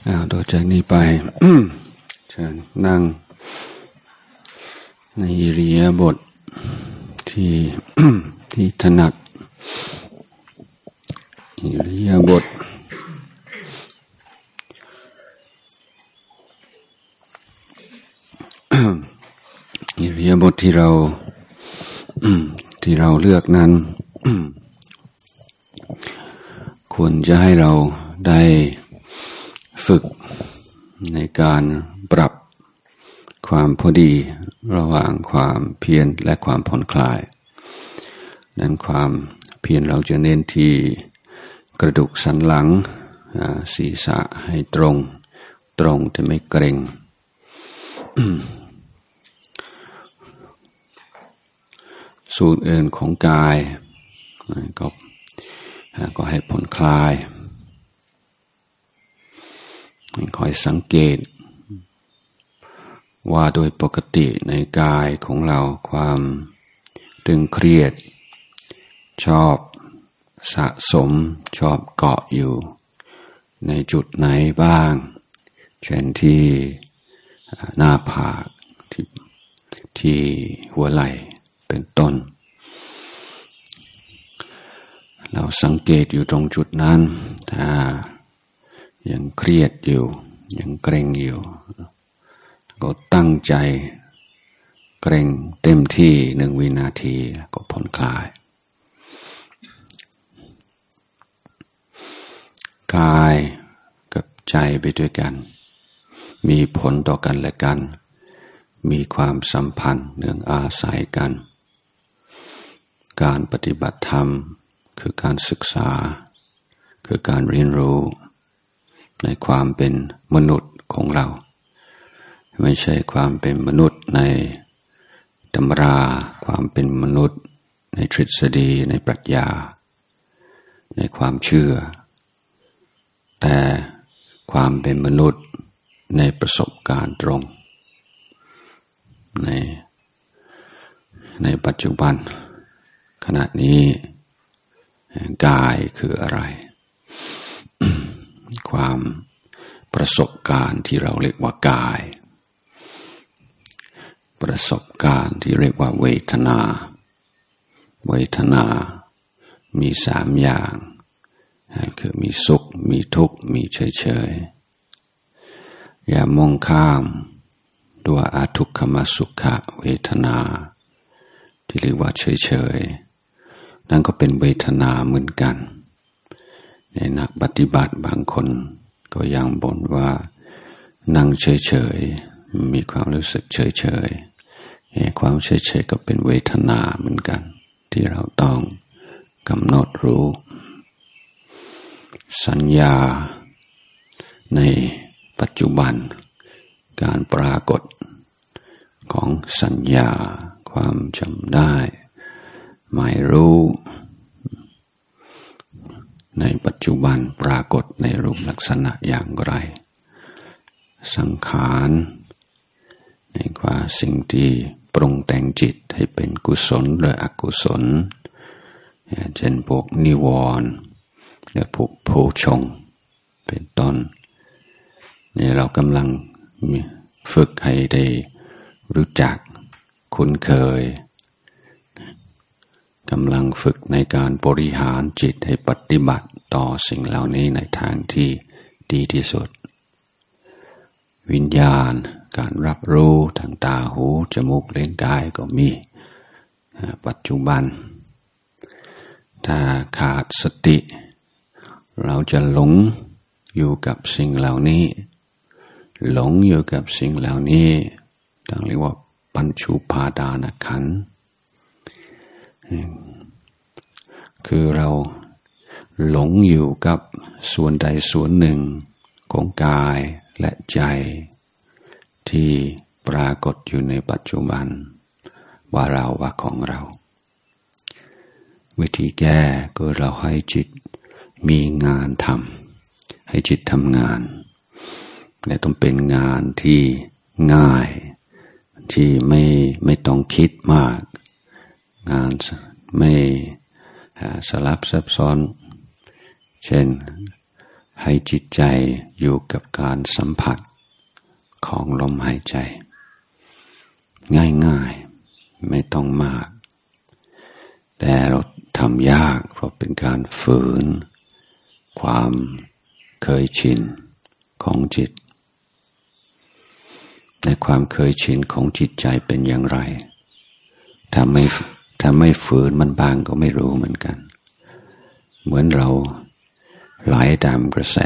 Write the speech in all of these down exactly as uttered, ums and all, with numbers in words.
อ้าวต่อจากนี้ไป เชิญนั่งในอิริยาบถที่ ที่ถนัดอิริยาบถอิริยาบถที่เรา ที่เราเลือกนั้น ควรจะให้เราได้ฝึกในการปรับความพอดีระหว่างความเพียรและความผ่อนคลายนั้นความเพียรเราจะเน้นที่กระดูกสันหลังศีรษะให้ตรงตรงแต่ไม่เกร็ง ส่วนอื่นของกายก็ก็ให้ผ่อนคลายคอยสังเกตว่าโดยปกติในกายของเราความตึงเครียดชอบสะสมชอบเกาะอยู่ในจุดไหนบ้างเช่นที่หน้าผากที่ที่หัวไหล่เป็นต้นเราสังเกตอยู่ตรงจุดนั้นถ้ายังเครียดอยู่ยังเกร็งอยู่ก็ตั้งใจเกร็งเต็มที่หนึ่งวินาทีก็ผ่อนคลายกายกับใจไปด้วยกันมีผลต่อกันและกันมีความสัมพันธ์เนื่องอาศัยกันการปฏิบัติธรรมคือการศึกษาคือการเรียนรู้ในความเป็นมนุษย์ของเราไม่ใช่ความเป็นมนุษย์ในตำราความเป็นมนุษย์ในทฤษฎีในปรัชญาในความเชื่อแต่ความเป็นมนุษย์ในประสบการณ์ตรงในในปัจจุบันขณะนี้กายคืออะไร ความประสบการณ์ที่เราเรียกว่ากายประสบการณ์ที่เรียกว่าเวทนาเวทนามีสามอย่างคือมีสุขมีทุกข์มีเฉยๆอย่ามองข้ามตัวอทุกขมสุขเวทนาที่เรียกว่าเฉยๆนั่นก็เป็นเวทนาเหมือนกันในนักปฏิบัติบางคนก็ยังบ่นว่านั่งเฉยๆมีความรู้สึกเฉยๆความเฉยๆก็เป็นเวทนาเหมือนกันที่เราต้องกำหนดรู้สัญญาในปัจจุบันการปรากฏของสัญญาความจำได้หมายรู้ในปัจจุบันปรากฏในรูปลักษณะอย่างไรสังขารในความสิ่งที่ปรุงแต่งจิตให้เป็นกุศลหรืออกุศลเช่นพวกนิวรณ์และพวกโพชงเป็นต้นนี่เรากำลังฝึกให้ได้รู้จักคุ้นเคยกำลังฝึกในการบริหารจิตให้ปฏิบัติต่อสิ่งเหล่านี้ในทางที่ดีที่สุดวิญญาณการรับรู้ทางตาหูจมูกลิ้นกายก็มีปัจจุบันถ้าขาดสติเราจะหลงอยู่กับสิ่งเหล่านี้หลงอยู่กับสิ่งเหล่านี้ดังเรียกว่าปัญจุปาทานขันธ์คือเราหลงอยู่กับส่วนใดส่วนหนึ่งของกายและใจที่ปรากฏอยู่ในปัจจุบันว่าเราว่าของเราวิธีแก้ก็เราให้จิตมีงานทำให้จิตทำงานและต้องเป็นงานที่ง่ายที่ไม่ไม่ต้องคิดมากงานไม่สลับซับซ้อนเช่นให้จิตใจอยู่กับการสัมผัสของลมหายใจง่ายๆไม่ต้องมากแต่เราทำยากเพราะเป็นการฝืนความเคยชินของจิตในความเคยชินของจิตใจเป็นอย่างไรถ้าไม่ถ้าไม่ฝืนมันบางก็ไม่รู้เหมือนกันเหมือนเราไหลตามกระแส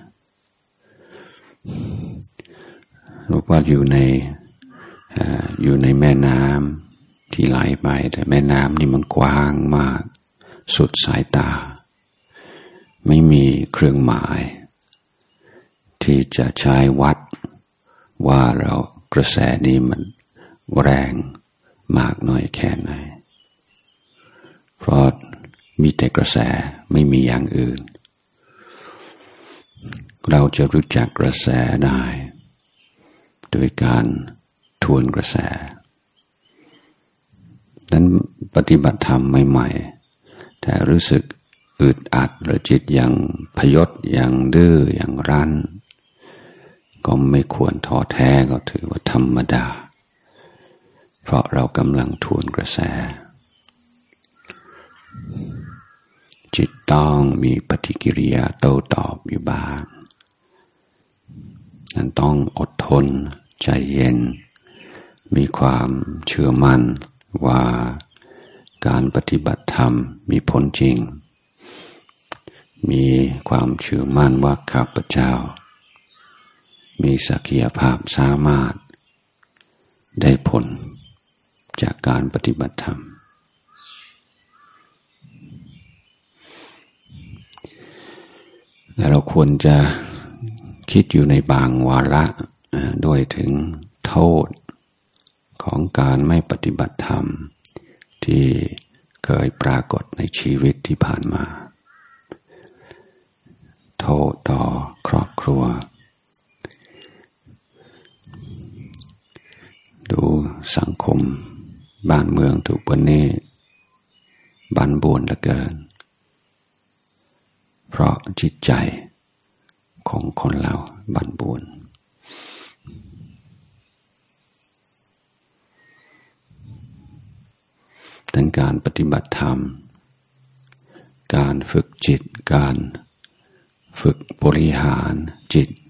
รู้ว่าอยู่ในอยู่ในแม่น้ำที่ไหลไปแต่แม่น้ำนี่มันกว้างมากสุดสายตาไม่มีเครื่องหมายที่จะใช้วัดว่าเรากระแสนี้มันแรงมากน้อยแค่ไหนเพราะมีแต่กระแสไม่มีอย่างอื่นเราจะรู้จักกระแสได้โดยการทวนกระแสนั้นปฏิบัติธรรมใหม่ๆแต่รู้สึกอึดอัดหรือจิตยังพยศยังดื้อยังรั้นก็ไม่ควรท้อแท้ก็ถือว่าธรรมดาเพราะเรากำลังทวนกระแสจิตต้องมีปฏิกิริยาโต้ตอบอยู่บ้างนั้นต้องอดทนใจเย็นมีความเชื่อมั่นว่าการปฏิบัติธรรมมีผลจริงมีความเชื่อมั่นว่าข้าพเจ้ามีศักยภาพสามารถได้ผลจากการปฏิบัติธรรมและเราควรจะคิดอยู่ในบางวาระด้วยถึงโทษของการไม่ปฏิบัติธรรมที่เคยปรากฏในชีวิตที่ผ่านมาโทษต่อครอบครัวดูสังคมบ้านเมืองถูกวันนี้บั่นป่วนเหลือเกินเพราะจิตใจของคนเราบั่นป่วนทั้งการปฏิบัติธรรมการฝึกจิตการฝึกบริหารจิต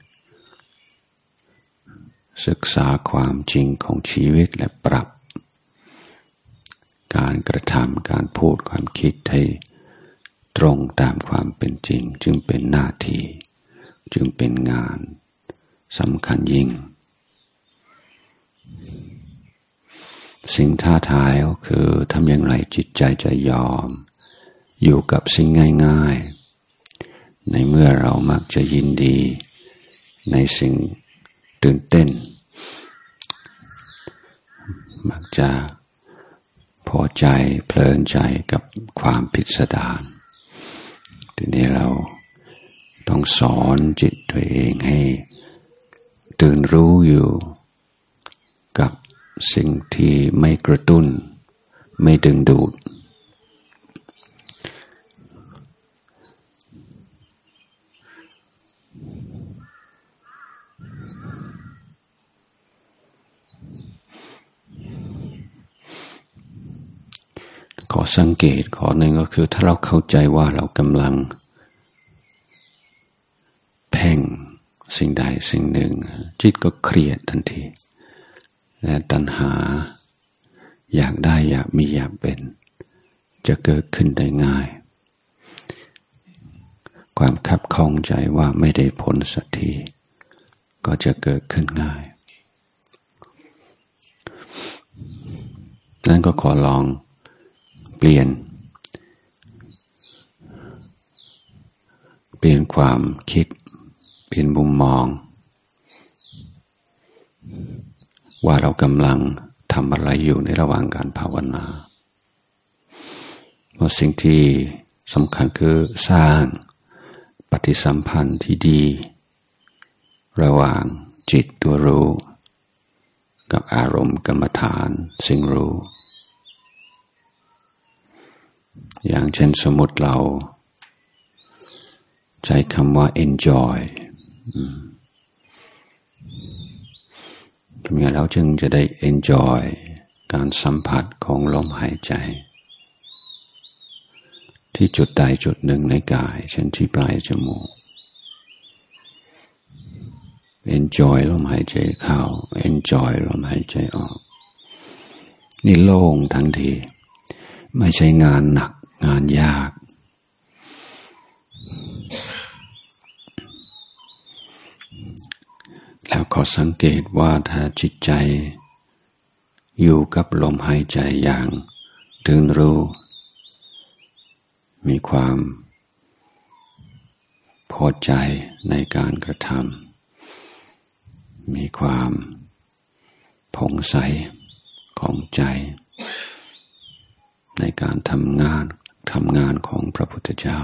ศึกษาความจริงของชีวิตและปรับการกระทำการพูดความคิดให้ตรงตามความเป็นจริงจึงเป็นหน้าที่จึงเป็นงานสำคัญยิ่งสิ่งท้าทายก็คือทำอย่างไรจิตใจจะยอมอยู่กับสิ่งง่ายๆในเมื่อเรามักจะยินดีในสิ่งตื่นเต้นมักจะพอใจเพลินใจกับความพิสดารทีนี้เราต้องสอนจิตตัวเองให้ตื่นรู้อยู่กับสิ่งที่ไม่กระตุ้นไม่ดึงดูดขอสังเกตข้อหนึ่งก็คือถ้าเราเข้าใจว่าเรากำลังเพ่งสิ่งใดสิ่งหนึ่งจิตก็เครียดทันทีและตัณหาอยากได้อยากมีอยากเป็นจะเกิดขึ้นได้ง่ายความคับข้องใจว่าไม่ได้ผลสักทีก็จะเกิดขึ้นง่ายนั้นก็ขอลองเปลี่ยนเปลี่ยนความคิดเปลี่ยนมุมมองว่าเรากำลังทำอะไรอยู่ในระหว่างการภาวนาเพราะสิ่งที่สำคัญคือสร้างปฏิสัมพันธ์ที่ดีระหว่างจิตตัวรู้กับอารมณ์กรรมฐานสิ่งรู้อย่างเช่นสมมติเราใช้คำว่า enjoy ทำยังไงเราจึงจะได้ enjoy การสัมผัสของลมหายใจที่จุดใดจุดหนึ่งในกายเช่นที่ปลายจมูก enjoy ลมหายใจเข้า enjoy ลมหายใจออกนี่โล่งทั้งทีไม่ใช่งานหนักงานยากแล้วก็สังเกตว่าถ้าจิตใจอยู่กับลมหายใจอย่างตื่นรู้มีความพอใจในการกระทำมีความผ่องใสของใจในการทำงานทำงานของพระพุทธเจ้า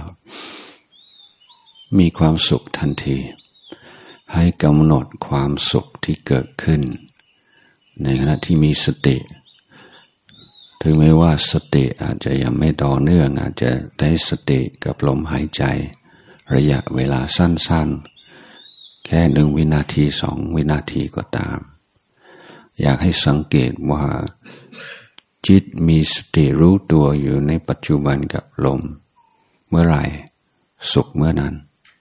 มีความสุขทันทีให้กำหนดความสุขที่เกิดขึ้นในขณะที่มีสติถึงแม้ว่าสติอาจจะยังไม่ต่อเนื่องอาจจะได้สติกับลมหายใจระยะเวลาสั้นๆแค่หนึ่งวินาทีสองวินาทีก็ตามอยากให้สังเกตว่าจิตมีสติรู้ตัวอยู่ในปัจจุบันกับลมเมื่อไหร่สุขเมื่อนั้น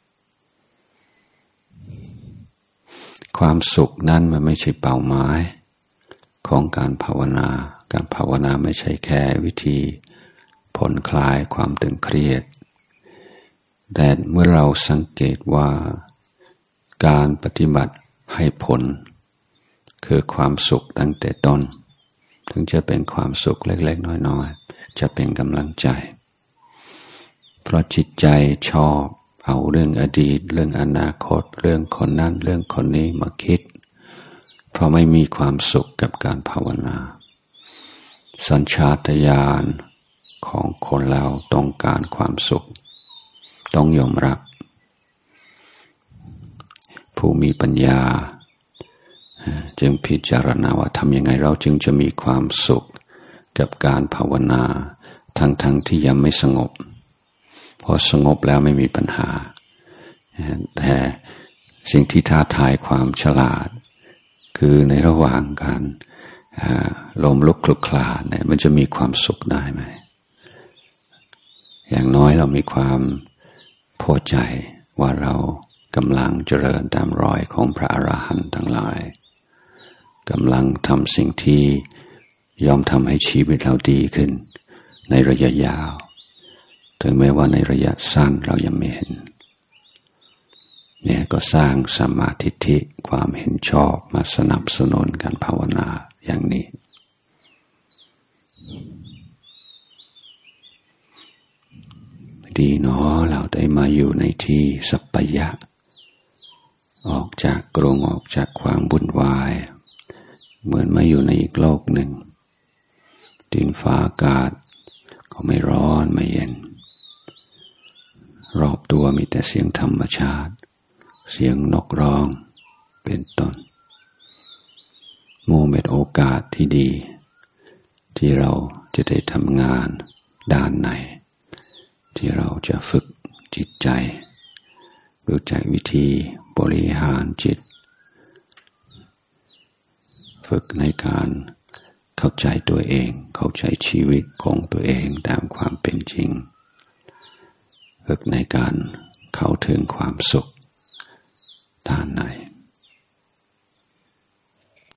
ความสุขนั้นมันไม่ใช่เป้าหมายของการภาวนาการภาวนาไม่ใช่แค่วิธีผ่อนคลายความตึงเครียดแต่เมื่อเราสังเกตว่าการปฏิบัติให้ผลคือความสุขตั้งแต่ต้นถึงจะเป็นความสุขเล็กๆน้อยๆจะเป็นกำลังใจเพราะจิตใจชอบเอาเรื่องอดีตเรื่องอนาคตเรื่องคนนั้นเรื่องคนนี้มาคิดเพราะไม่มีความสุขกับการภาวนาสัญชาตญาณของคนเราต้องการความสุขต้องยอมรับผู้มีปัญญาจึงพิจารณาว่าทำยังไงเราจึงจะมีความสุขกับการภาวนาทั้งๆ ท, ที่ยังไม่สงบพอสงบแล้วไม่มีปัญหาแต่สิ่งที่ท้าทายความฉลาดคือในระหว่างการลมลุกคลุกคลานเนี่ยมันจะมีความสุขได้ไหมอย่างน้อยเรามีความพอใจว่าเรากำลังเจริญตามรอยของพระอรหันต์ทั้งหลายกำลังทำสิ่งที่ยอมทำให้ชีวิตเราดีขึ้นในระยะยาวถึงแม้ว่าในระยะสั้นเรายังไม่เห็นเนี่ยก็สร้างสัมมาทิฏฐิความเห็นชอบมาสนับสนุนการภาวนาอย่างนี้ดีเนาะเราได้มาอยู่ในที่สัปปายะออกจากกรงออกจากความวุ่นวายเหมือนมาอยู่ในอีกโลกหนึ่งดินฟ้าอากาศก็ไม่ร้อนไม่เย็นรอบตัวมีแต่เสียงธรรมชาติเสียงนกร้องเป็นต้นโมเมนต์โอกาสที่ดีที่เราจะได้ทำงานด้านไหนที่เราจะฝึกจิตใจรู้จักวิธีบริหารจิตฝึกในการเข้าใจตัวเองเข้าใจชีวิตของตัวเองตามความเป็นจริงฝึกในการเข้าถึงความสุข